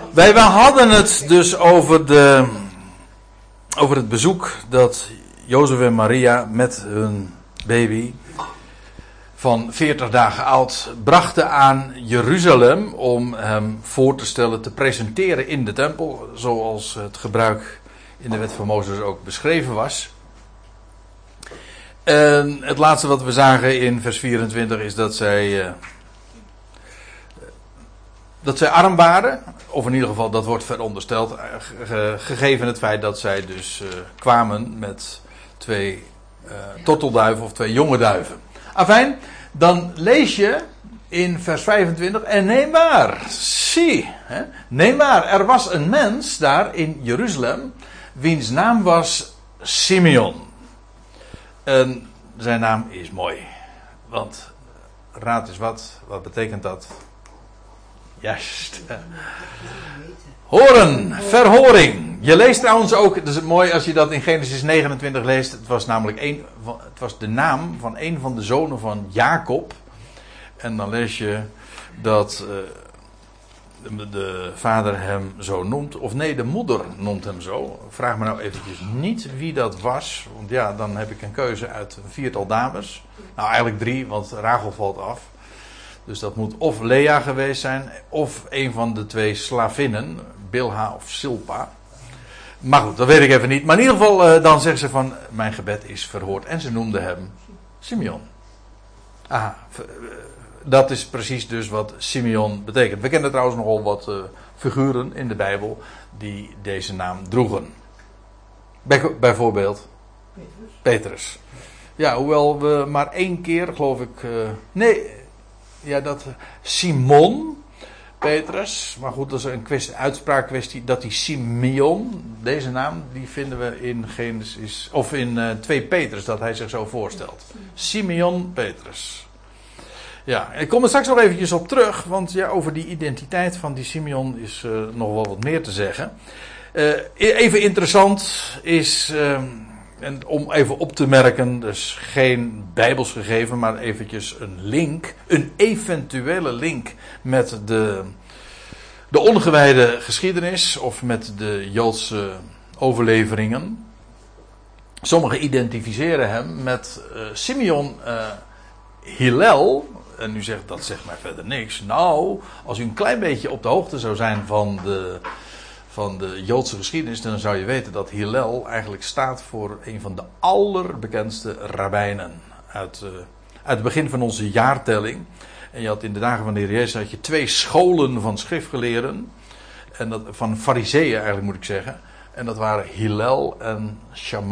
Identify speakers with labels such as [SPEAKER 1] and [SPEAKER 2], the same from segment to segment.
[SPEAKER 1] Wij hadden het dus over het bezoek dat Jozef en Maria met hun baby van 40 dagen oud brachten aan Jeruzalem om hem voor te stellen, te presenteren in de tempel, zoals het gebruik in de wet van Mozes ook beschreven was. En het laatste wat we zagen in vers 24 is dat zij arm waren, of in ieder geval dat wordt verondersteld, gegeven het feit dat zij dus kwamen met 2 tortelduiven of 2 jonge duiven. Afijn, dan lees je in vers 25, en neem waar, zie, neem waar, er was een mens daar in Jeruzalem, wiens naam was Simeon. En zijn naam is mooi, want raad eens wat betekent dat? Juist. Horen, verhoring. Je leest trouwens ook, het is mooi als je dat in Genesis 29 leest. Het was namelijk het was de naam van een van de zonen van Jacob. En dan lees je dat de vader hem zo noemt. Of nee, de moeder noemt hem zo. Vraag me nou eventjes niet wie dat was. Want ja, dan heb ik een keuze uit een 4-tal dames. Nou, eigenlijk 3, want Rachel valt af. Dus dat moet of Lea geweest zijn, of een van de 2 slavinnen, Bilha of Silpa. Maar goed, dat weet ik even niet. Maar in ieder geval, dan zeggen ze van, mijn gebed is verhoord. En ze noemden hem Simeon. Aha, dat is precies dus wat Simeon betekent. We kennen trouwens nogal wat figuren in de Bijbel die deze naam droegen. Bijvoorbeeld Petrus. Ja, hoewel we maar 1 keer, geloof ik, Simon Petrus, maar goed, dat is een uitspraakkwestie, dat die Simeon, deze naam, die vinden we in Genesis, of in 2 Petrus, dat hij zich zo voorstelt. Simeon Petrus. Ja, ik kom er straks nog eventjes op terug, want ja, over die identiteit van die Simeon is nog wel wat meer te zeggen. Even interessant is, en om even op te merken, dus geen bijbels gegeven, maar eventjes een link, een eventuele link met de ongewijde geschiedenis of met de Joodse overleveringen. Sommigen identificeren hem met Simeon Hillel. En u zegt, dat zegt mij verder niks. Nou, als u een klein beetje op de hoogte zou zijn van de Joodse geschiedenis, dan zou je weten dat Hillel eigenlijk staat voor een van de allerbekendste rabbijnen uit het begin van onze jaartelling. En je had in de dagen van de Heer Jezus had je 2 scholen van schriftgeleerden, en dat, van fariseeën eigenlijk moet ik zeggen. En dat waren Hillel en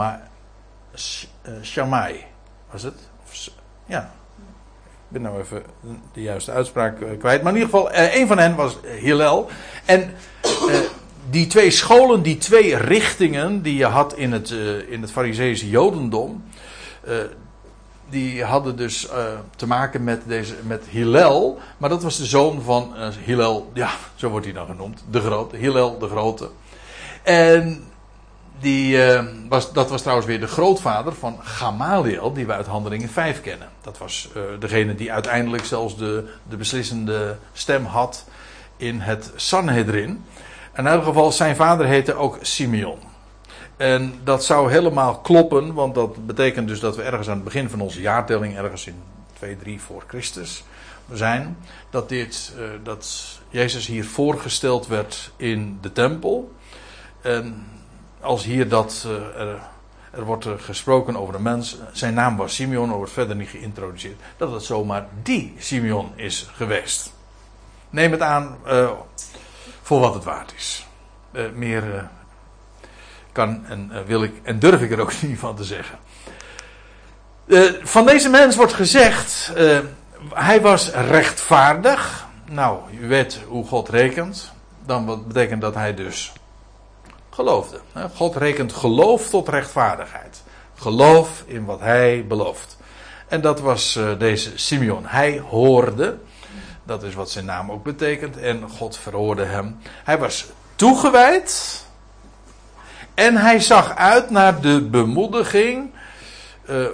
[SPEAKER 1] Shammai. Was het? Ja. Ik ben nou even de juiste uitspraak kwijt. Maar in ieder geval, een van hen was Hillel. En die 2 scholen, die 2 richtingen die je had in het Farizeïsche Jodendom, die hadden dus te maken met Hillel. Maar dat was de zoon van Hillel, ja, zo wordt hij dan genoemd, de Grote, Hillel de Grote. En dat was trouwens weer de grootvader van Gamaliel, die we uit Handelingen 5 kennen. Dat was degene die uiteindelijk zelfs de beslissende stem had in het Sanhedrin. En in elk geval, zijn vader heette ook Simeon. En dat zou helemaal kloppen, want dat betekent dus dat we ergens aan het begin van onze jaartelling, ergens in 2-3 voor Christus zijn, dat Jezus hier voorgesteld werd in de tempel. En als hier er wordt gesproken over een mens, zijn naam was Simeon, er wordt verder niet geïntroduceerd, dat het zomaar die Simeon is geweest. Neem het aan voor wat het waard is. Meer kan en wil ik en durf ik er ook niet van te zeggen. Van deze mens wordt gezegd, hij was rechtvaardig. Nou, u weet hoe God rekent. Dan betekent dat hij dus geloofde. God rekent geloof tot rechtvaardigheid. Geloof in wat hij belooft. En dat was deze Simeon. Hij hoorde. Dat is wat zijn naam ook betekent. En God verhoorde hem. Hij was toegewijd. En hij zag uit naar de bemoediging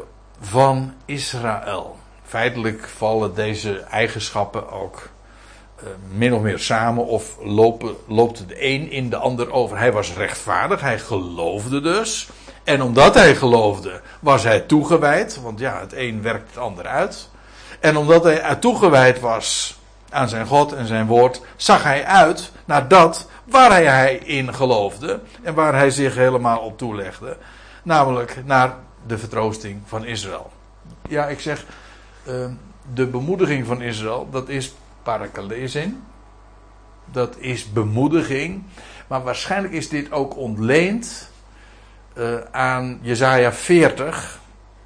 [SPEAKER 1] van Israël. Feitelijk vallen deze eigenschappen ook min of meer samen of loopt de een in de ander over. Hij was rechtvaardig, hij geloofde dus. En omdat hij geloofde, was hij toegewijd. Want ja, het een werkt het ander uit. En omdat hij toegewijd was aan zijn God en zijn woord, zag hij uit naar dat waar hij in geloofde. En waar hij zich helemaal op toelegde. Namelijk naar de vertroosting van Israël. Ja, ik zeg, de bemoediging van Israël, dat is parakalesin. Dat is bemoediging. Maar waarschijnlijk is dit ook ontleend aan Jesaja 40.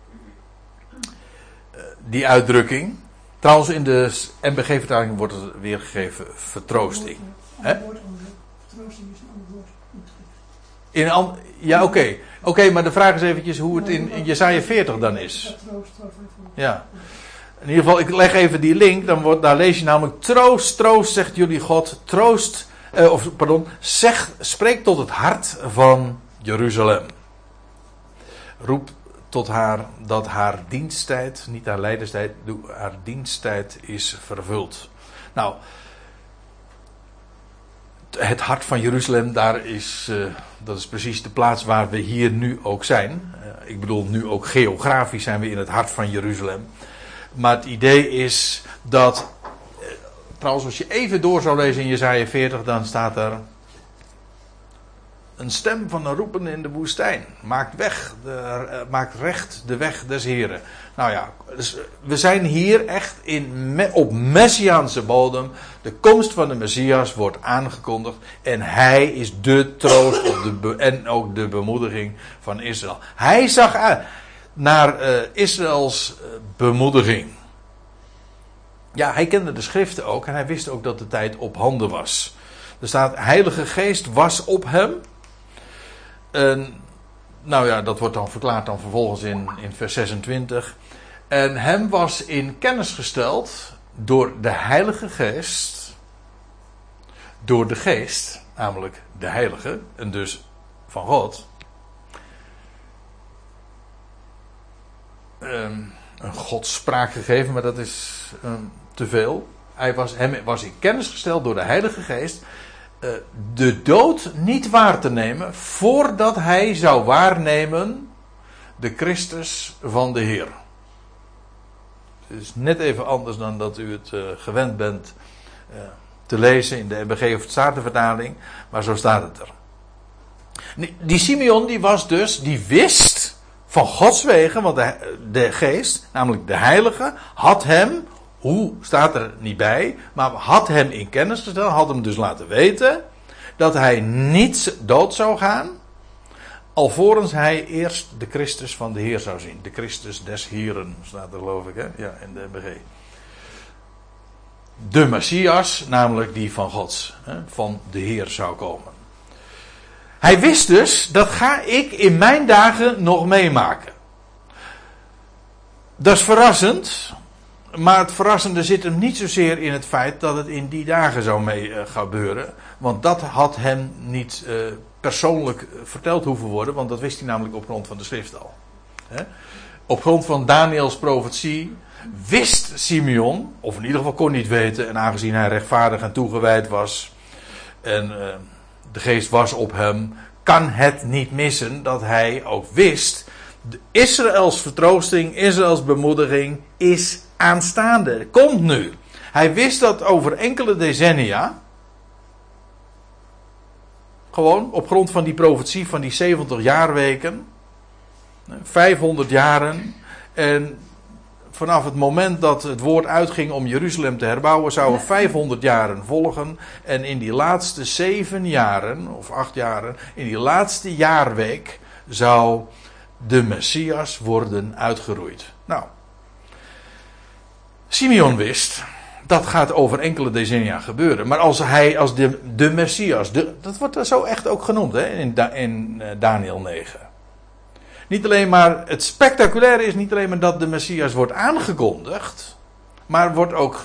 [SPEAKER 1] Die uitdrukking. Trouwens, in de MBG-vertaling wordt het weergegeven vertroosting.
[SPEAKER 2] Vertroosting is een ander woord.
[SPEAKER 1] Ja, oké. Oké, maar de vraag is eventjes hoe het in Jesaja 40 dan is. Ja. In ieder geval, ik leg even die link. Daar lees je namelijk: troost, troost, zegt jullie God. Troost, spreek tot het hart van Jeruzalem. Roep tot haar dat haar diensttijd, niet haar lijdenstijd, haar diensttijd is vervuld. Nou, het hart van Jeruzalem, dat is precies de plaats waar we hier nu ook zijn. Ik bedoel, nu ook geografisch zijn we in het hart van Jeruzalem. Maar het idee is dat, trouwens als je even door zou lezen in Jesaja 40, dan staat er: een stem van een roepende in de woestijn. Maakt recht de weg des Heren. Nou ja, dus we zijn hier echt op Messiaanse bodem. De komst van de Messias wordt aangekondigd. En hij is de troost en ook de bemoediging van Israël. Hij zag uit naar Israëls bemoediging. Ja, hij kende de schriften ook. En hij wist ook dat de tijd op handen was. Er staat: Heilige Geest was op hem. Nou ja, dat wordt dan verklaard dan vervolgens in vers 26. En hem was in kennis gesteld door de Heilige Geest. Door de Geest, namelijk de Heilige, en dus van God. Een Godsspraak gegeven, maar dat is te veel. Hem was in kennis gesteld door de Heilige Geest de dood niet waar te nemen voordat hij zou waarnemen de Christus van de Heer. Het is net even anders dan dat u het gewend bent te lezen in de MBG of Statenvertaling, maar zo staat het er. Die Simeon die wist van Gods wegen, want de Geest, namelijk de Heilige, had hem, hoe staat er niet bij, maar had hem in kennis gesteld, had hem dus laten weten dat hij niet dood zou gaan, alvorens hij eerst de Christus van de Heer zou zien. De Christus des Heren, staat er geloof ik, hè? Ja, in de MBG. De Messias, namelijk die van Gods, van de Heer zou komen. Hij wist dus, dat ga ik in mijn dagen nog meemaken. Dat is verrassend, maar het verrassende zit hem niet zozeer in het feit dat het in die dagen zou mee gebeuren. Want dat had hem niet persoonlijk verteld hoeven worden, want dat wist hij namelijk op grond van de schrift al. Op grond van Daniels profetie wist Simeon, of in ieder geval kon niet weten, en aangezien hij rechtvaardig en toegewijd was, en de geest was op hem, kan het niet missen dat hij ook wist, Israëls vertroosting, Israëls bemoediging is aanstaande, komt nu. Hij wist dat over enkele decennia, gewoon op grond van die profetie van die 70 jaarweken, 500 jaren, en vanaf het moment dat het woord uitging om Jeruzalem te herbouwen, zouden 500 jaren volgen. En in die laatste 7 jaren, of 8 jaren, in die laatste jaarweek, zou de Messias worden uitgeroeid. Nou, Simeon wist, dat gaat over enkele decennia gebeuren. Maar als de Messias, dat wordt er zo echt ook genoemd, hè, in Daniel 9. Niet alleen maar, het spectaculaire is niet alleen maar dat de Messias wordt aangekondigd, maar wordt ook,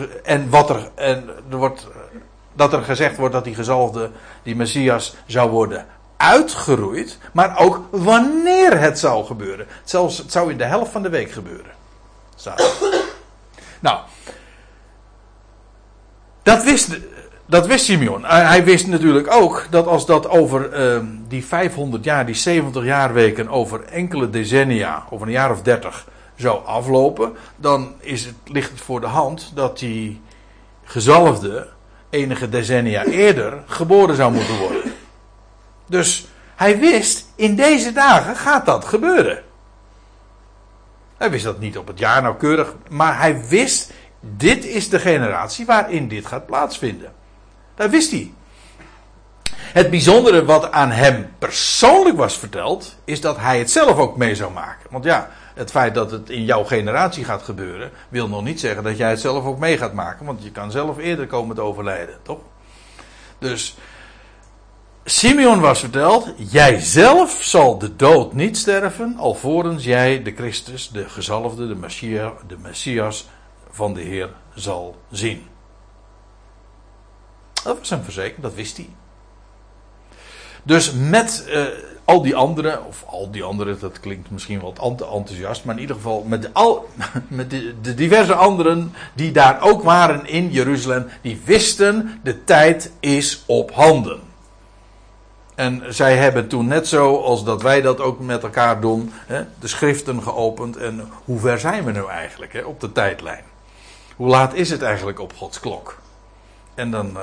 [SPEAKER 1] dat er gezegd wordt dat die gezalfde, die Messias, zou worden uitgeroeid, maar ook wanneer het zou gebeuren. Het zou in de helft van de week gebeuren. Nou, Dat wist Simeon. Hij wist natuurlijk ook dat als dat over die 500 jaar, die 70 jaarweken, over enkele decennia, over een jaar of 30 zou aflopen, dan ligt het voor de hand dat die gezalfde enige decennia eerder geboren zou moeten worden. Dus hij wist, in deze dagen gaat dat gebeuren. Hij wist dat niet op het jaar nauwkeurig, maar hij wist, dit is de generatie waarin dit gaat plaatsvinden. Dat wist hij. Het bijzondere wat aan hem persoonlijk was verteld, is dat hij het zelf ook mee zou maken. Want ja, het feit dat het in jouw generatie gaat gebeuren, wil nog niet zeggen dat jij het zelf ook mee gaat maken. Want je kan zelf eerder komen te overlijden, toch? Dus Simeon was verteld, jij zelf zal de dood niet sterven, alvorens jij de Christus, de gezalfde, de Messias van de Heer zal zien. Dat was hem verzekerd, dat wist hij. Dus met al die anderen, dat klinkt misschien wat enthousiast, maar in ieder geval met de diverse anderen die daar ook waren in Jeruzalem, die wisten, de tijd is op handen. En zij hebben toen net zo als dat wij dat ook met elkaar doen, de schriften geopend. En hoe ver zijn we nu eigenlijk op de tijdlijn? Hoe laat is het eigenlijk op Gods klok? En dan,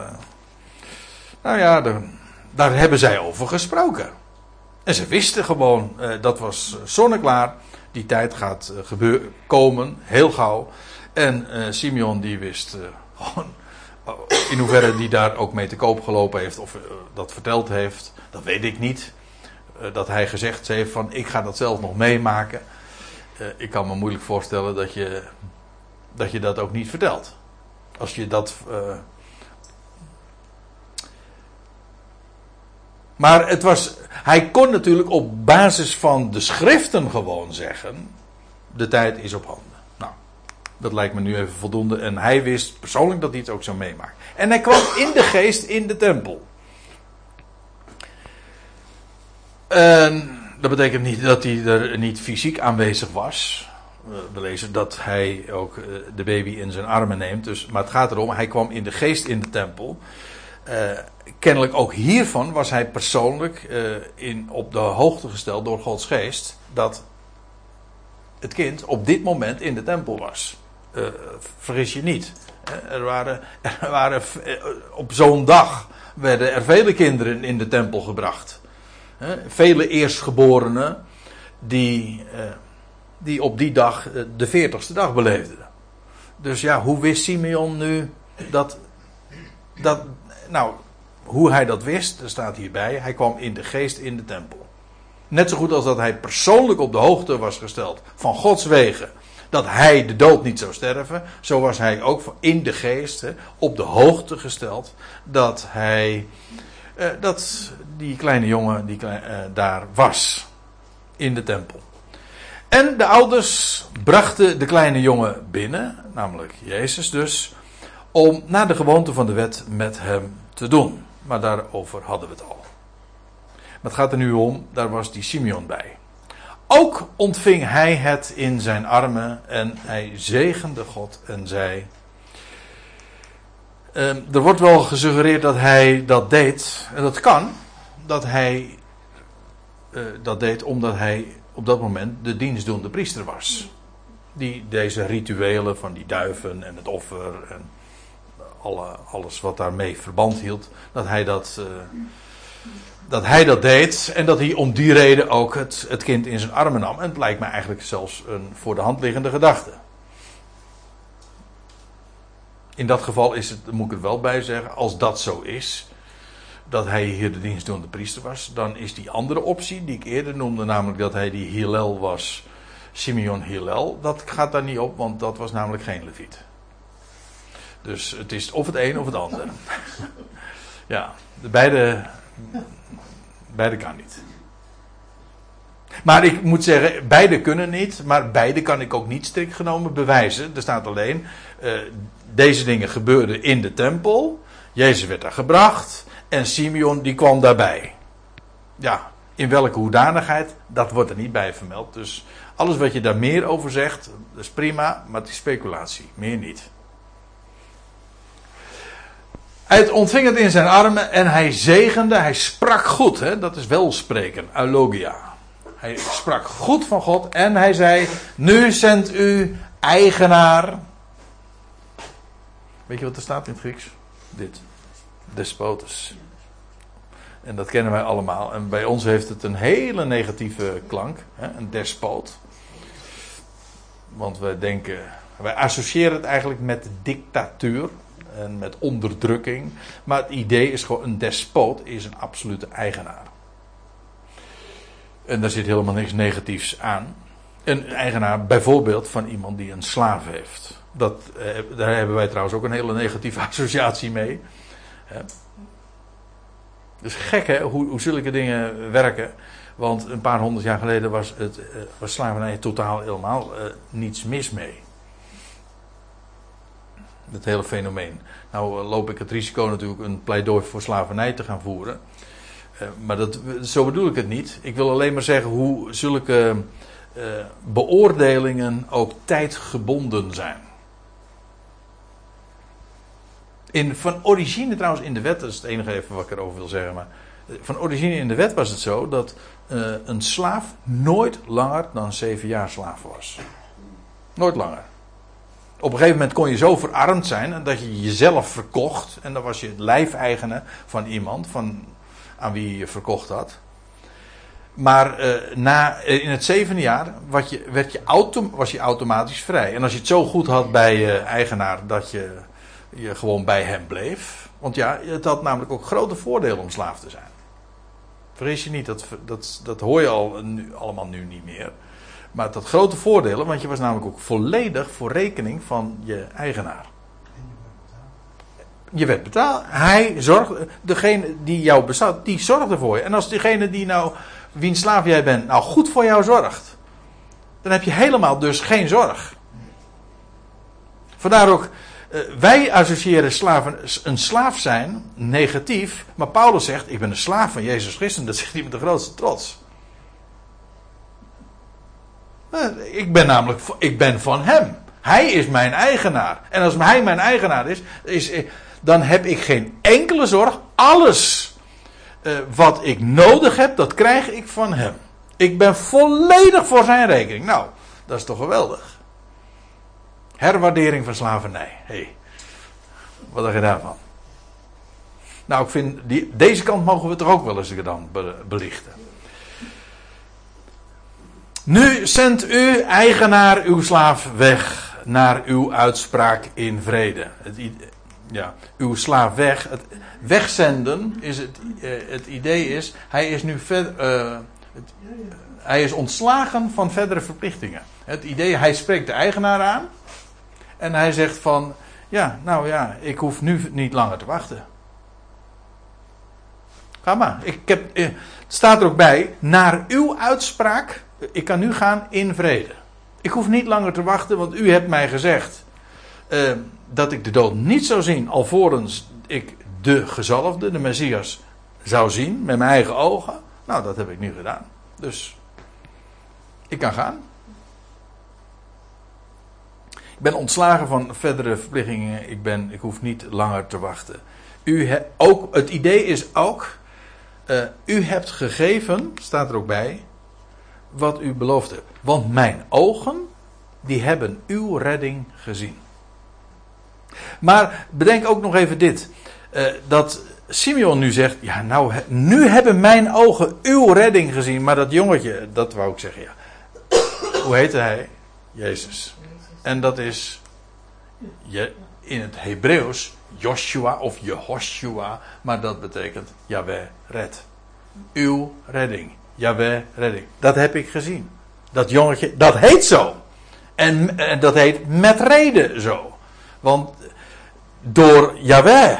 [SPEAKER 1] daar hebben zij over gesproken. En ze wisten gewoon, dat was zonneklaar, die tijd gaat komen, heel gauw. En Simeon die wist gewoon, in hoeverre die daar ook mee te koop gelopen heeft of dat verteld heeft, dat weet ik niet. Dat hij gezegd heeft van, ik ga dat zelf nog meemaken. Ik kan me moeilijk voorstellen dat je dat ook niet vertelt. Als je dat... Maar hij kon natuurlijk op basis van de schriften gewoon zeggen, de tijd is op handen. Nou, dat lijkt me nu even voldoende. En hij wist persoonlijk dat hij het ook zou meemaken. En hij kwam in de geest in de tempel. Dat betekent niet dat hij er niet fysiek aanwezig was. We lezen dat hij ook de baby in zijn armen neemt. Maar het gaat erom, hij kwam in de geest in de tempel. Kennelijk ook hiervan was hij persoonlijk op de hoogte gesteld door Gods geest dat het kind op dit moment in de tempel was. Vergis je niet. Er waren op zo'n dag werden er vele kinderen in de tempel gebracht. Vele eerstgeborenen die op die dag de 40ste dag beleefden. Dus ja, hoe wist Simeon nu hoe hij dat wist, er staat hierbij, hij kwam in de geest in de tempel. Net zo goed als dat hij persoonlijk op de hoogte was gesteld van Gods wegen, dat hij de dood niet zou sterven, zo was hij ook in de geest op de hoogte gesteld dat die kleine jongen daar was in de tempel. En de ouders brachten de kleine jongen binnen, namelijk Jezus dus, om naar de gewoonte van de wet met hem te doen. Maar daarover hadden we het al. Maar het gaat er nu om, daar was die Simeon bij. Ook ontving hij het in zijn armen en hij zegende God en zei... er wordt wel gesuggereerd dat hij dat deed, en dat kan, dat hij dat deed omdat hij op dat moment de dienstdoende priester was. Die deze rituelen van die duiven en het offer en alles wat daarmee verband hield, dat hij dat deed en dat hij om die reden ook het kind in zijn armen nam. En het lijkt mij eigenlijk zelfs een voor de hand liggende gedachte. In dat geval is het, moet ik er wel bij zeggen, als dat zo is, dat hij hier de dienstdoende priester was, dan is die andere optie die ik eerder noemde, namelijk dat hij die Hillel was, Simeon Hillel, dat gaat daar niet op, want dat was namelijk geen leviet. Dus het is of het een of het ander. Ja, beide kan niet. Maar ik moet zeggen, beide kunnen niet, maar beide kan ik ook niet strikt genomen bewijzen. Er staat alleen, deze dingen gebeurden in de tempel, Jezus werd daar gebracht en Simeon die kwam daarbij. Ja, in welke hoedanigheid, dat wordt er niet bij vermeld. Dus alles wat je daar meer over zegt, dat is prima, maar het is speculatie, meer niet. Hij ontving het in zijn armen en hij zegende, hij sprak goed. Hè? Dat is welspreken, eulogia. Hij sprak goed van God en hij zei, nu zendt u eigenaar. Weet je wat er staat in het Grieks? Dit. Despotes. En dat kennen wij allemaal. En bij ons heeft het een hele negatieve klank. Hè? Een despoot. Want wij associëren het eigenlijk met dictatuur. En met onderdrukking. Maar het idee is gewoon, een despoot is een absolute eigenaar. En daar zit helemaal niks negatiefs aan. Een eigenaar bijvoorbeeld van iemand die een slaaf heeft. Daar hebben wij trouwens ook een hele negatieve associatie mee. Dus gek hè, hoe zulke dingen werken. Want een paar 100 jaar geleden was slavernij totaal helemaal niets mis mee. Dat hele fenomeen. Nou loop ik het risico natuurlijk een pleidooi voor slavernij te gaan voeren. Maar zo bedoel ik het niet. Ik wil alleen maar zeggen hoe zulke beoordelingen ook tijdgebonden zijn. Van origine trouwens in de wet, dat is het enige even wat ik erover wil zeggen. Maar van origine in de wet was het zo dat een slaaf nooit langer dan 7 jaar slaaf was. Nooit langer. Op een gegeven moment kon je zo verarmd zijn dat je jezelf verkocht. En dan was je het lijfeigene van iemand aan wie je je verkocht had. Maar in het 7e jaar was je automatisch vrij. En als je het zo goed had bij je eigenaar dat je gewoon bij hem bleef. Want ja, het had namelijk ook grote voordelen om slaaf te zijn. Vergis je niet, dat hoor je allemaal nu niet meer. Maar het had grote voordelen, want je was namelijk ook volledig voor rekening van je eigenaar. Je werd betaald. Hij zorgde, degene die jou bezat, die zorgde voor je. En als degene wiens slaaf jij bent, nou goed voor jou zorgt, dan heb je helemaal dus geen zorg. Vandaar ook, wij associëren een slaaf zijn negatief, maar Paulus zegt, ik ben een slaaf van Jezus Christus, dat zegt hij met de grootste trots. Ik ben van hem. Hij is mijn eigenaar. En als hij mijn eigenaar is, dan heb ik geen enkele zorg. Alles wat ik nodig heb, dat krijg ik van hem. Ik ben volledig voor zijn rekening. Nou, dat is toch geweldig. Herwaardering van slavernij. Wat dacht je daarvan? Nou, ik vind, deze kant mogen we toch ook wel eens dan belichten. Nu zendt u, eigenaar, uw slaaf weg naar uw uitspraak in vrede. Uw slaaf weg. Het wegzenden is het idee is, hij is nu hij is ontslagen van verdere verplichtingen. Het idee, hij spreekt de eigenaar aan en hij zegt van, ik hoef nu niet langer te wachten. Ga maar. Het staat er ook bij, naar uw uitspraak. Ik kan nu gaan in vrede. Ik hoef niet langer te wachten, want u hebt mij gezegd dat ik de dood niet zou zien, alvorens ik de gezalfde, de Messias, zou zien met mijn eigen ogen. Nou, dat heb ik nu gedaan. Dus ik kan gaan. Ik ben ontslagen van verdere verplichtingen. Ik hoef niet langer te wachten. Het idee is ook, u hebt gegeven, staat er ook bij, wat u beloofd hebt. Want mijn ogen, die hebben uw redding gezien. Maar bedenk ook nog even dit. Dat Simeon nu zegt, nu hebben mijn ogen uw redding gezien. Maar dat jongetje, dat wou ik zeggen, Hoe heette hij? Jezus. En dat is in het Hebreeuws Joshua of Jehoshua. Maar dat betekent Yahweh red. Uw redding. Yahweh redding. Dat heb ik gezien. Dat jongetje, dat heet zo. En dat heet met reden zo. Want door Yahweh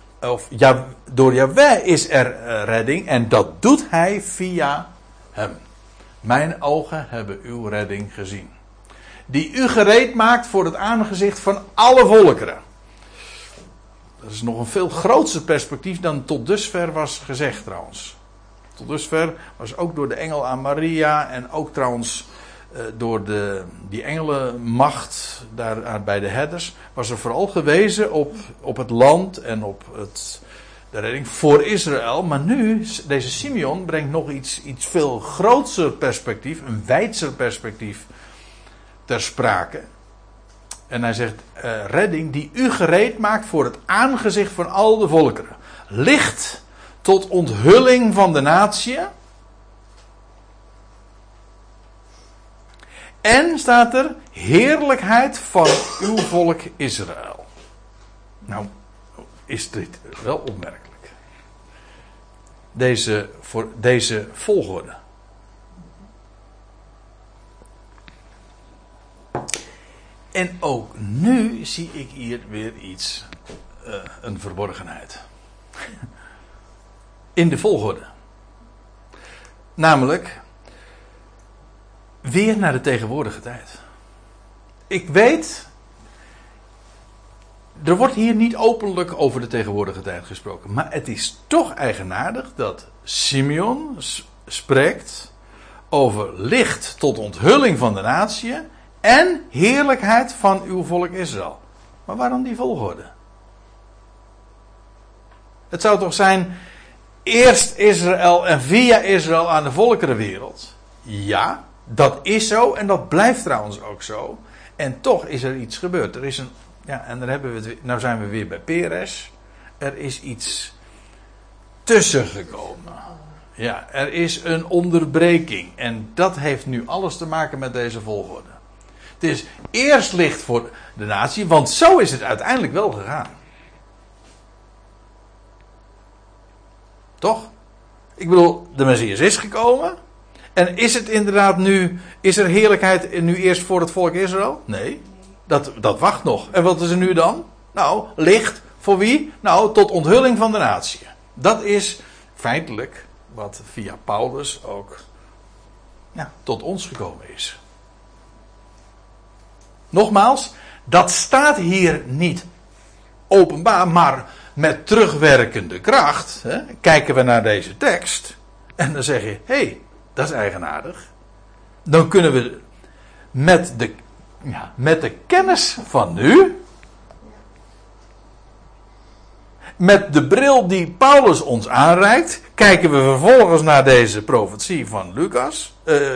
[SPEAKER 1] is er redding. En dat doet hij via hem. Mijn ogen hebben uw redding gezien. Die u gereed maakt voor het aangezicht van alle volkeren. Dat is nog een veel grootser perspectief dan tot dusver was gezegd trouwens. Tot dusver was ook door de engel aan Maria en ook trouwens door die engelenmacht daar bij de herders, was er vooral gewezen op het land en op de redding voor Israël. Maar nu, deze Simeon brengt nog iets veel grootser perspectief, een wijdser perspectief ter sprake. En hij zegt, redding die u gereed maakt voor het aangezicht van al de volkeren. Licht tot onthulling van de natie. En staat er, heerlijkheid van uw volk Israël. Nou, is dit wel opmerkelijk. Deze volgorde. En ook nu zie ik hier weer iets, een verborgenheid. In de volgorde. Namelijk, weer naar de tegenwoordige tijd. Ik weet, er wordt hier niet openlijk over de tegenwoordige tijd gesproken. Maar het is toch eigenaardig dat Simeon spreekt over licht tot onthulling van de natie en heerlijkheid van uw volk Israël. Maar waarom die volgorde? Het zou toch zijn, eerst Israël en via Israël aan de volkerenwereld? Ja, dat is zo en dat blijft trouwens ook zo. En toch is er iets gebeurd. Er is een, ja, en dan hebben we het, nou zijn we weer bij Peres. Er is iets tussen gekomen. Ja, er is een onderbreking. En dat heeft nu alles te maken met deze volgorde. Het is eerst licht voor de natie, want zo is het uiteindelijk wel gegaan. Toch? Ik bedoel, de Messias is gekomen. En is het inderdaad nu, is er heerlijkheid nu eerst voor het volk Israël? Nee, dat wacht nog. En wat is er nu dan? Nou, licht voor wie? Nou, tot onthulling van de natie. Dat is feitelijk wat via Paulus ook tot ons gekomen is. Nogmaals, dat staat hier niet openbaar, maar met terugwerkende kracht. Hè, kijken we naar deze tekst en dan zeg je, hé, dat is eigenaardig. Dan kunnen we met de kennis van nu, met de bril die Paulus ons aanreikt, kijken we vervolgens naar deze profetie van Lucas,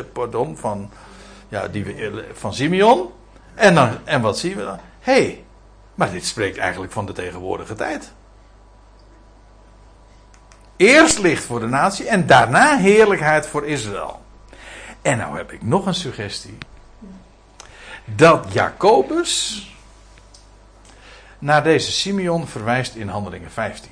[SPEAKER 1] van Simeon. En wat zien we dan? Hé, maar dit spreekt eigenlijk van de tegenwoordige tijd. Eerst licht voor de natie en daarna heerlijkheid voor Israël. En nou heb ik nog een suggestie. Dat Jacobus naar deze Simeon verwijst in Handelingen 15.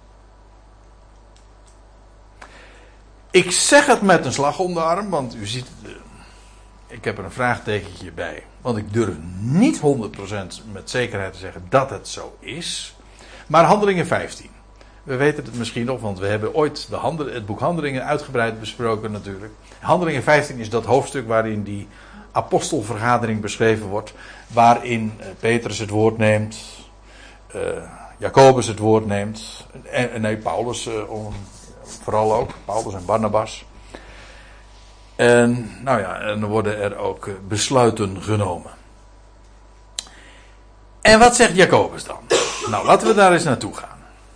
[SPEAKER 1] Ik zeg het met een slag om de arm, want u ziet, ik heb er een vraagtekentje bij. Want ik durf niet 100% met zekerheid te zeggen dat het zo is. Maar Handelingen 15. We weten het misschien nog, want we hebben ooit het boek Handelingen uitgebreid besproken natuurlijk. Handelingen 15 is dat hoofdstuk waarin die apostelvergadering beschreven wordt. Waarin Petrus het woord neemt. Jacobus het woord neemt. Paulus vooral ook. Paulus en Barnabas. En en dan worden er ook besluiten genomen. En wat zegt Jacobus dan? Nou, laten we daar eens naartoe gaan.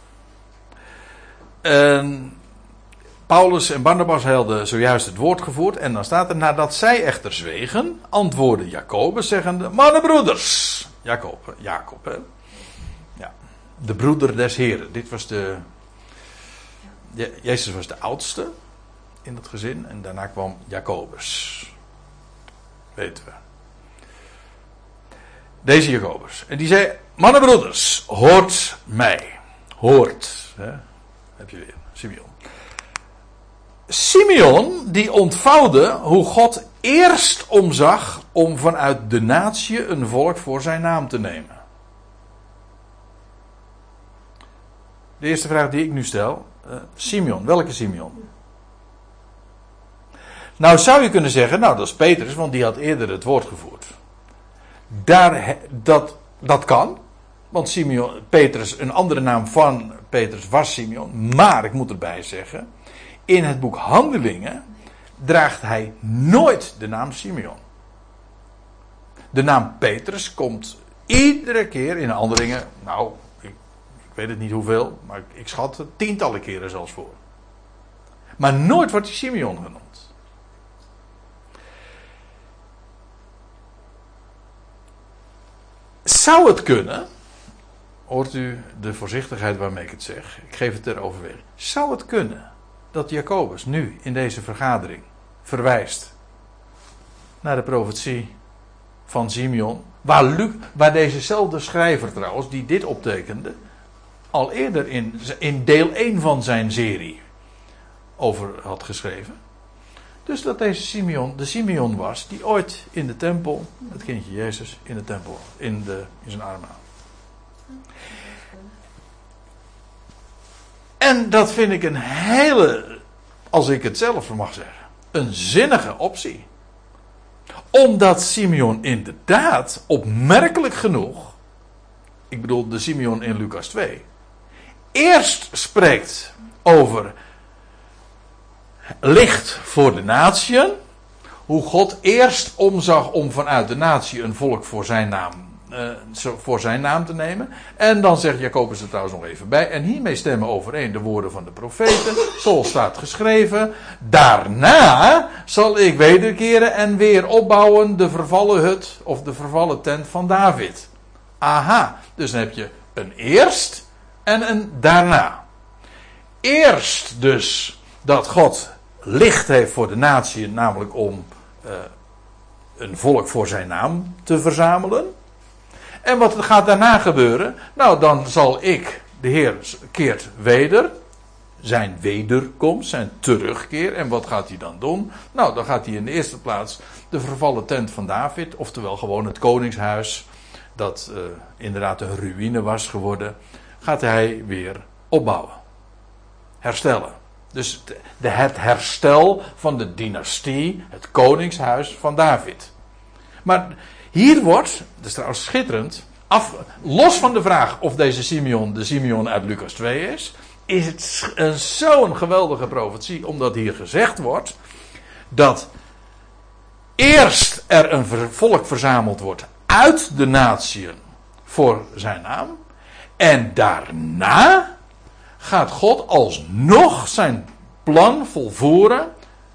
[SPEAKER 1] Paulus en Barnabas hadden zojuist het woord gevoerd. En dan staat er, nadat zij echter zwegen, antwoordde Jacobus zeggende, mannenbroeders. Jacob, hè. Ja, de broeder des Heren. Jezus was de oudste in het gezin. En daarna kwam Jacobus. Weten we. Deze Jacobus. En die zei, mannenbroeders, hoort mij. Hoort. Hè. Heb je weer, Simeon. Simeon die ontvouwde hoe God eerst omzag om vanuit de natie een volk voor zijn naam te nemen. De eerste vraag die ik nu stel. Simeon, welke Simeon? Nou zou je kunnen zeggen, dat is Petrus, want die had eerder het woord gevoerd. Dat kan. Want Petrus, een andere naam van Petrus was Simeon. Maar ik moet erbij zeggen, in het boek Handelingen draagt hij nooit de naam Simeon. De naam Petrus komt iedere keer in Handelingen, nou, ik weet het niet hoeveel, maar ik schat het tientallen keren zelfs voor. Maar nooit wordt hij Simeon genoemd. Zou het kunnen, hoort u de voorzichtigheid waarmee ik het zeg, ik geef het ter overweging. Zou het kunnen dat Jacobus nu in deze vergadering verwijst naar de profetie van Simeon, waar dezezelfde schrijver trouwens, die dit optekende, al eerder in deel 1 van zijn serie over had geschreven. Dus dat deze Simeon de Simeon was die ooit in de tempel, het kindje Jezus in de tempel, in zijn armen had. En dat vind ik een hele, als ik het zelf mag zeggen, een zinnige optie. Omdat Simeon inderdaad, opmerkelijk genoeg, ik bedoel de Simeon in Lucas 2, eerst spreekt over licht voor de natieën, hoe God eerst omzag om vanuit de natie een volk voor zijn naam te nemen. En dan zegt Jacobus er trouwens nog even bij. En hiermee stemmen overeen de woorden van de profeten. Zoals staat geschreven. Daarna zal ik wederkeren en weer opbouwen de vervallen hut of de vervallen tent van David. Aha, dus dan heb je een eerst en een daarna. Eerst dus dat God licht heeft voor de natie, namelijk om een volk voor zijn naam te verzamelen. En wat gaat daarna gebeuren? Nou, dan zal ik, de Heer keert weder, zijn wederkomst, zijn terugkeer. En wat gaat hij dan doen? Nou, dan gaat hij in de eerste plaats de vervallen tent van David, oftewel gewoon het koningshuis, dat inderdaad een ruïne was geworden, gaat hij weer opbouwen. Herstellen. Dus het herstel van de dynastie, het koningshuis van David. Maar hier wordt, dat is trouwens schitterend, los van de vraag of deze Simeon de Simeon uit Lucas 2 is het zo'n geweldige profetie, omdat hier gezegd wordt dat eerst er een volk verzameld wordt uit de natieën voor zijn naam, en daarna gaat God alsnog zijn plan volvoeren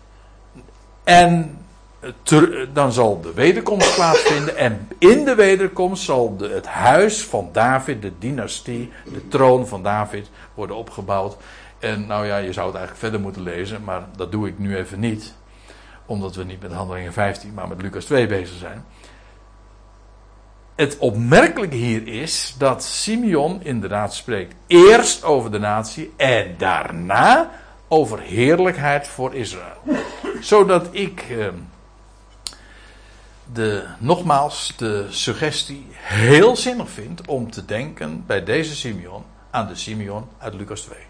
[SPEAKER 1] en dan zal de wederkomst plaatsvinden. En in de wederkomst zal het huis van David, de dynastie, de troon van David worden opgebouwd. En nou ja, je zou het eigenlijk verder moeten lezen, maar dat doe ik nu even niet. Omdat we niet met Handelingen 15, maar met Lucas 2 bezig zijn. Het opmerkelijke hier is dat Simeon inderdaad spreekt eerst over de natie en daarna over heerlijkheid voor Israël. Zodat ik nogmaals de suggestie heel zinnig vind om te denken bij deze Simeon aan de Simeon uit Lucas 2.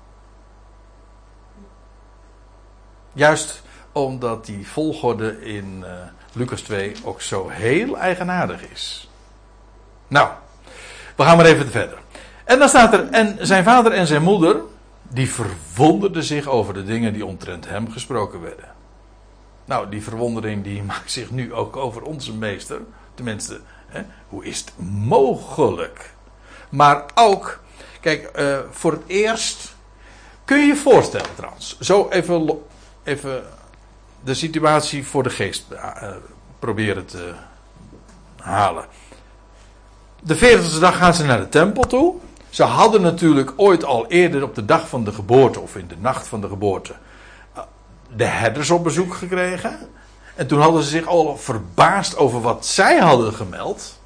[SPEAKER 1] Juist omdat die volgorde in Lucas 2 ook zo heel eigenaardig is. Nou, we gaan maar even verder. En dan staat er, en zijn vader en zijn moeder, die verwonderden zich over de dingen die omtrent hem gesproken werden. Nou, die verwondering die maakt zich nu ook over onze meester. Tenminste, hoe is het mogelijk? Maar ook, kijk, voor het eerst, kun je je voorstellen trouwens, zo even de situatie voor de geest proberen te halen. De 40e dag gaan ze naar de tempel toe. Ze hadden natuurlijk ooit al eerder op de dag van de geboorte, of in de nacht van de geboorte, de herders op bezoek gekregen. En toen hadden ze zich al verbaasd over wat zij hadden gemeld.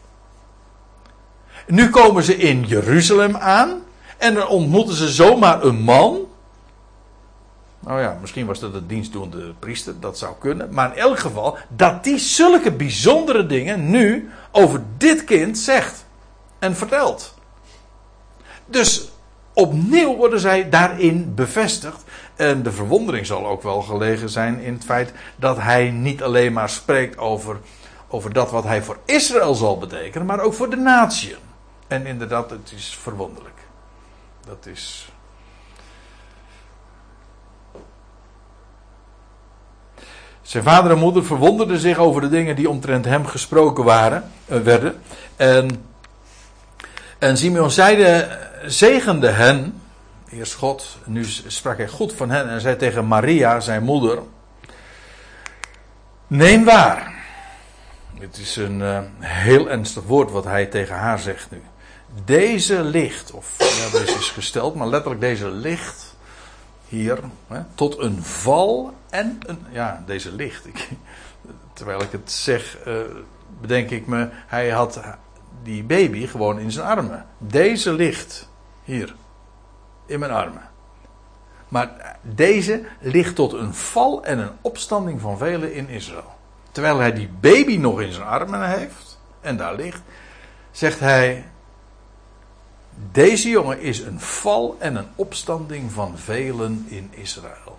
[SPEAKER 1] Nu komen ze in Jeruzalem aan. En dan ontmoeten ze zomaar een man. Nou ja, misschien was dat de dienstdoende priester, dat zou kunnen. Maar in elk geval, dat die zulke bijzondere dingen nu over dit kind zegt. En vertelt. Dus opnieuw worden zij daarin bevestigd. En de verwondering zal ook wel gelegen zijn in het feit dat hij niet alleen maar spreekt over dat wat hij voor Israël zal betekenen, maar ook voor de natieën. En inderdaad, het is verwonderlijk. Dat is. Zijn vader en moeder verwonderden zich over de dingen die omtrent hem gesproken werden. En Simeon zegende hen, eerst God, nu sprak hij goed van hen en zei tegen Maria, zijn moeder, neem waar. Het is een heel ernstig woord wat hij tegen haar zegt nu. Deze licht, of ja, deze is gesteld, maar letterlijk deze licht hier, tot een val en een, ja, deze licht. Terwijl ik het zeg, bedenk ik me, hij had die baby gewoon in zijn armen. Deze ligt hier, in mijn armen. Maar deze ligt tot een val en een opstanding van velen in Israël. Terwijl hij die baby nog in zijn armen heeft, en daar ligt, zegt hij, deze jongen is een val en een opstanding van velen in Israël.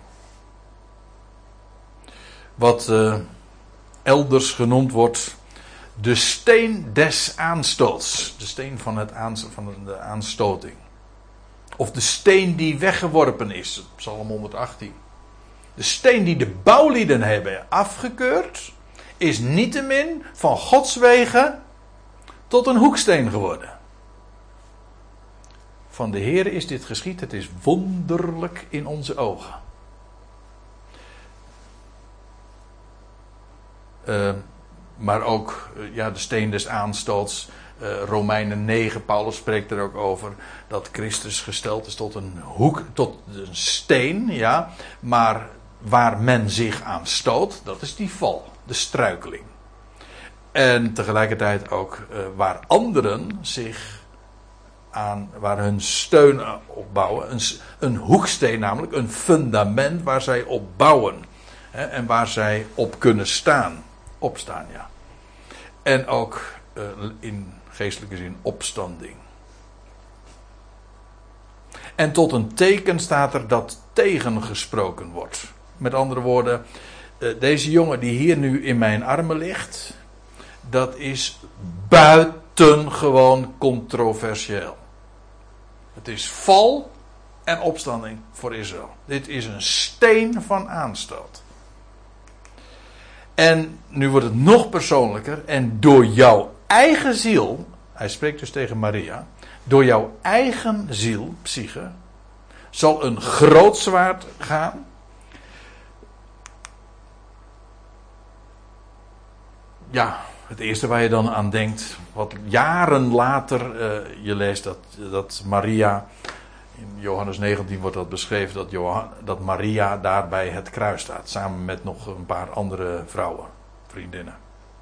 [SPEAKER 1] Wat elders genoemd wordt de steen des aanstoots. De steen van de aanstoting. Of de steen die weggeworpen is. Psalm 118. De steen die de bouwlieden hebben afgekeurd, is niettemin van Gods wegen tot een hoeksteen geworden. Van de Heere is dit geschied. Het is wonderlijk in onze ogen. Maar ook de steen des aanstoots. Romeinen 9, Paulus spreekt er ook over. Dat Christus gesteld is tot een hoek, tot een steen. Ja, maar waar men zich aan stoot, dat is die val. De struikeling. En tegelijkertijd ook waar anderen zich waar hun steun op bouwen. Een hoeksteen namelijk, een fundament waar zij op bouwen. En waar zij op kunnen staan. Opstaan, ja. En ook in geestelijke zin opstanding. En tot een teken staat er dat tegengesproken wordt. Met andere woorden, deze jongen die hier nu in mijn armen ligt, dat is buitengewoon controversieel. Het is val en opstanding voor Israël. Dit is een steen van aanstoot. En nu wordt het nog persoonlijker. En door jouw eigen ziel, hij spreekt dus tegen Maria, door jouw eigen ziel, psyche, zal een groot zwaard gaan. Ja, het eerste waar je dan aan denkt, wat jaren later, je leest dat Maria, in Johannes 19 wordt dat beschreven, dat Maria daar bij het kruis staat, samen met nog een paar andere vrouwen, vriendinnen.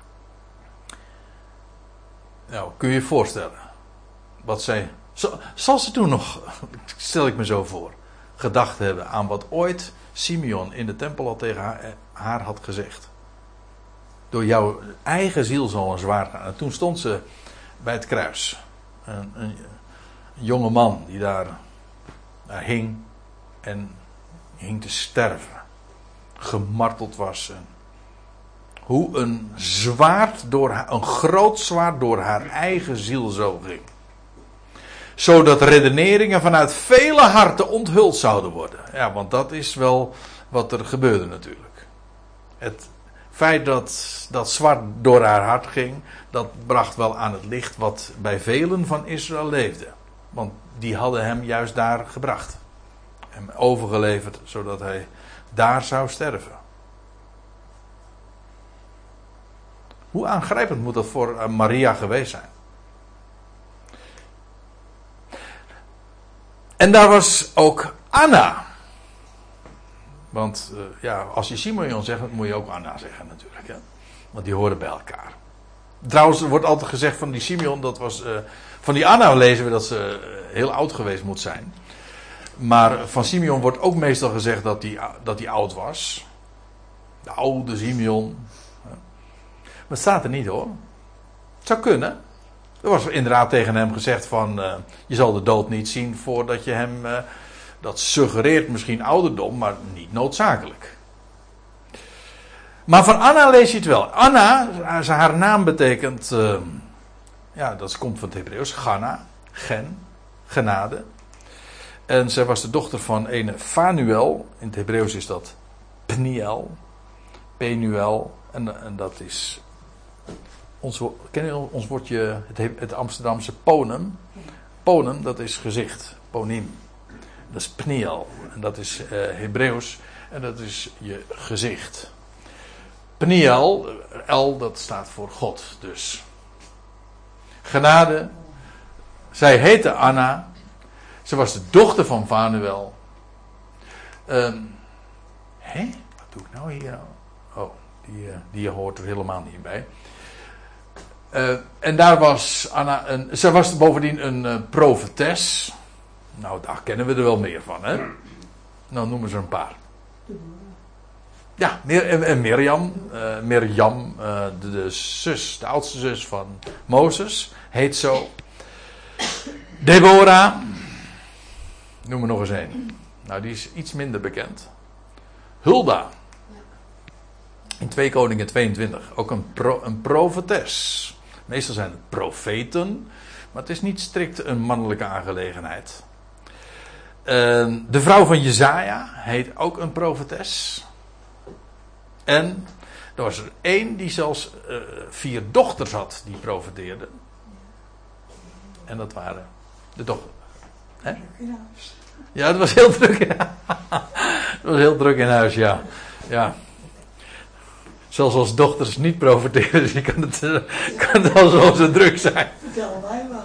[SPEAKER 1] Nou, kun je je voorstellen, wat zij, zal ze toen nog, stel ik me zo voor, gedacht hebben aan wat ooit Simeon in de tempel al tegen haar had gezegd. Door jouw eigen ziel zal een zwaard gaan. En toen stond ze bij het kruis. Een jonge man die daar hing. En hing te sterven. Gemarteld was. En hoe een groot zwaard door haar eigen ziel zo ging. Zodat redeneringen vanuit vele harten onthuld zouden worden. Ja, want dat is wel wat er gebeurde natuurlijk. Het feit dat zwart door haar hart ging, dat bracht wel aan het licht wat bij velen van Israël leefde. Want die hadden hem juist daar gebracht. Hem overgeleverd, zodat hij daar zou sterven. Hoe aangrijpend moet dat voor Maria geweest zijn? En daar was ook Anna. Want als je Simeon zegt, dan moet je ook Anna zeggen natuurlijk. Hè? Want die horen bij elkaar. Trouwens, er wordt altijd gezegd van die Simeon, dat was... van die Anna lezen we dat ze heel oud geweest moet zijn. Maar van Simeon wordt ook meestal gezegd dat hij oud was. De oude Simeon. Maar het staat er niet hoor. Het zou kunnen. Er was inderdaad tegen hem gezegd van... je zal de dood niet zien voordat je hem... dat suggereert misschien ouderdom, maar niet noodzakelijk. Maar van Anna lees je het wel. Anna, haar naam betekent... dat komt van het Hebreeuws. Ganna, genade. En zij was de dochter van ene Fanuel. In het Hebreeuws is dat Pniel. Penuel. En dat is... Ken je ons woordje, het Amsterdamse ponem? Ponem, dat is gezicht. Ponim. Dat is pniel. En dat is Hebreeuws. En dat is je gezicht. Pniel, L, dat staat voor God dus. Genade. Zij heette Anna. Ze was de dochter van Fanuel. Wat doe ik nou hier? Oh, die hoort er helemaal niet bij. En daar was Anna ze was bovendien een profetes. Nou, daar kennen we er wel meer van, hè? Nou, noemen ze er een paar. Ja, Mirjam. Mirjam, de zus, de oudste zus van Mozes, heet zo. Deborah. Noem er nog eens een. Nou, die is iets minder bekend. Hulda. In 2 Koningen 22. Ook een profetes. Meestal zijn het profeten. Maar het is niet strikt een mannelijke aangelegenheid. De vrouw van Jezaja heet ook een profetes. En er was er 1 die zelfs 4 dochters had die profeteerden. En dat waren de dochters. Hè? Ja, het was heel druk. Ja. Het was heel druk in huis, ja. Ja. Zelfs als dochters niet profiteren, dus kan het al zo druk zijn.
[SPEAKER 2] Vertel mij wel.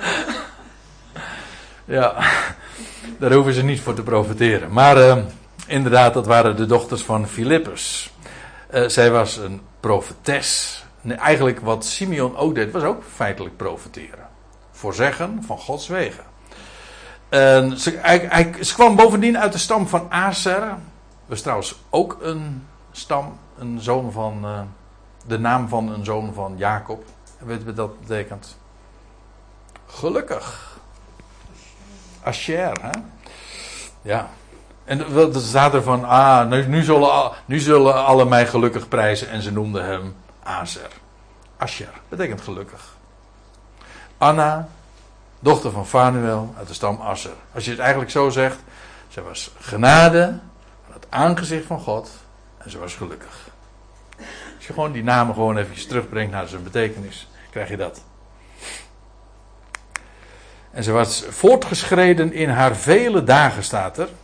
[SPEAKER 1] Ja, daar hoeven ze niet voor te profiteren. Maar inderdaad, dat waren de dochters van Filippus. Zij was een profetes. Nee, eigenlijk wat Simeon ook deed, was ook feitelijk profeteren. Voorzeggen van Gods wegen. Ze kwam bovendien uit de stam van Aser. Dat is trouwens ook een stam, een zoon van, de naam van een zoon van Jacob. En weet je wat dat betekent? Gelukkig. Asher, hè? Ja. En dat staat er van, nu zullen alle mij gelukkig prijzen. En ze noemden hem Aser. Asher, betekent gelukkig. Anna, dochter van Fanuel uit de stam Asser. Als je het eigenlijk zo zegt, zij was genade aan het aangezicht van God en ze was gelukkig. Als je gewoon die namen gewoon even terugbrengt naar zijn betekenis, krijg je dat. En ze was voortgeschreden in haar vele dagen, staat er.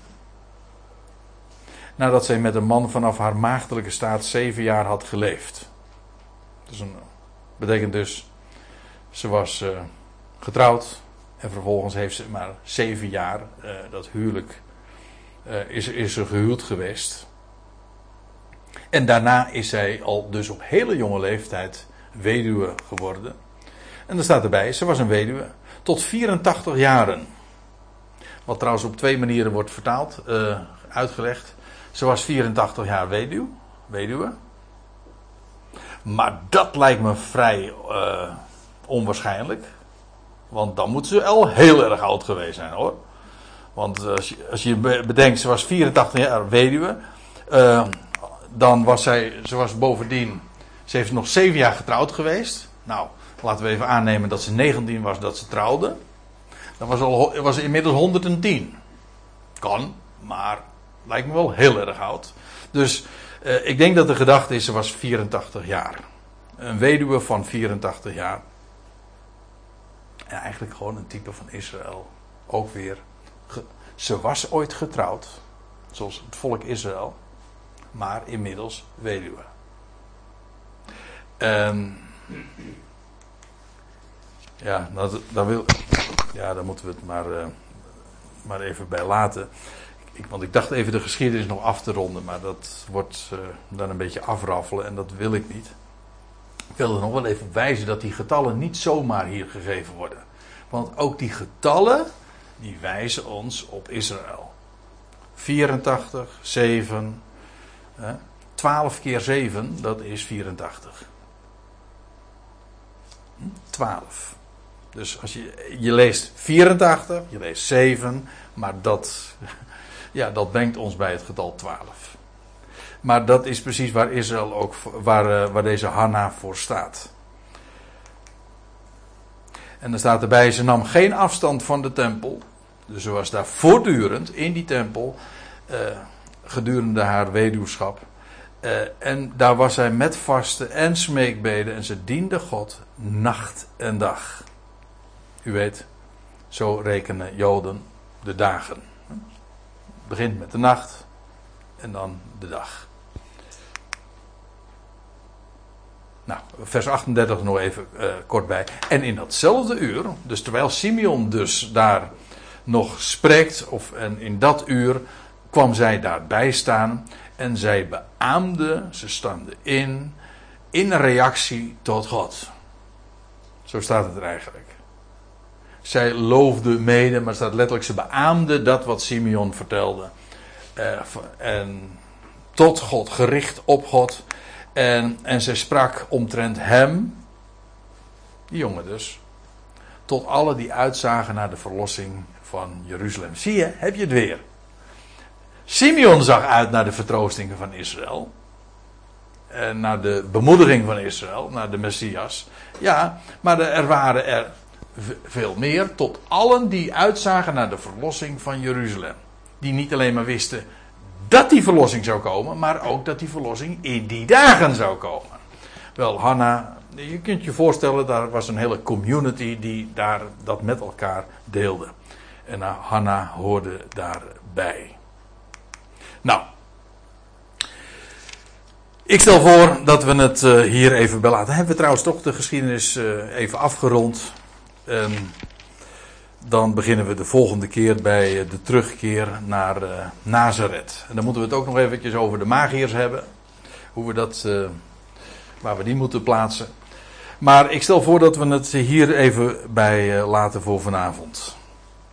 [SPEAKER 1] Nadat zij met een man vanaf haar maagdelijke staat 7 jaar had geleefd. Dat betekent dus, ze was getrouwd. En vervolgens heeft ze maar 7 jaar, dat huwelijk, is ze gehuwd geweest. En daarna is zij al dus op hele jonge leeftijd weduwe geworden. En er staat erbij, ze was een weduwe tot 84 jaren. Wat trouwens op 2 manieren wordt vertaald, uitgelegd. Ze was 84 jaar weduwe. Maar dat lijkt me vrij onwaarschijnlijk. Want dan moet ze al heel erg oud geweest zijn, hoor. Want als je bedenkt, ze was 84 jaar weduwe. Dan was ze was bovendien, ze heeft nog 7 jaar getrouwd geweest. Nou, laten we even aannemen dat ze 19 was dat ze trouwde. Dan was ze inmiddels 110. Kan, maar lijkt me wel heel erg oud. Dus ik denk dat de gedachte is, ze was 84 jaar. Een weduwe van 84 jaar. En eigenlijk gewoon een type van Israël. Ook weer. Ze was ooit getrouwd. Zoals het volk Israël. Maar inmiddels weduwe. Daar moeten we het maar even bij laten. Want ik dacht even de geschiedenis nog af te ronden. Maar dat wordt dan een beetje afraffelen. En dat wil ik niet. Ik wil er nog wel even op wijzen dat die getallen niet zomaar hier gegeven worden. Want ook die getallen, die wijzen ons op Israël. 84, 7, 12 keer 7, dat is 84. 12. Dus als je leest 84, je leest 7, maar dat brengt ons bij het getal 12. Maar dat is precies waar Israël ook, waar deze Hanna voor staat. En dan staat erbij, ze nam geen afstand van de tempel. Dus ze was daar voortdurend in die tempel, gedurende haar weduwschap. En daar was zij met vasten en smeekbeden. En ze diende God nacht en dag. U weet, zo rekenen Joden de dagen. Het begint met de nacht en dan de dag. Nou, vers 38 nog even kort bij. En in datzelfde uur, dus terwijl Simeon dus daar nog spreekt, en in dat uur kwam zij daarbij staan en zij beaamde, ze stamde in reactie tot God. Zo staat het er eigenlijk. Zij loofde mede, maar het staat letterlijk, ze beaamde dat wat Simeon vertelde. En tot God, gericht op God. En zij sprak omtrent hem, die jongen dus, tot alle die uitzagen naar de verlossing van Jeruzalem. Zie je, heb je het weer. Simeon zag uit naar de vertroostingen van Israël. En naar de bemoediging van Israël, naar de Messias. Ja, maar er waren er veel meer, tot allen die uitzagen naar de verlossing van Jeruzalem. Die niet alleen maar wisten dat die verlossing zou komen, maar ook dat die verlossing in die dagen zou komen. Wel, Hanna, je kunt je voorstellen, daar was een hele community die daar dat met elkaar deelde. En Hanna hoorde daarbij. Nou, ik stel voor dat we het hier even bij laten. Hebben we trouwens toch de geschiedenis even afgerond. Dan beginnen we de volgende keer bij de terugkeer naar Nazareth. En dan moeten we het ook nog eventjes over de magiërs hebben. Hoe we dat, waar we die moeten plaatsen. Maar ik stel voor dat we het hier even bij laten voor vanavond.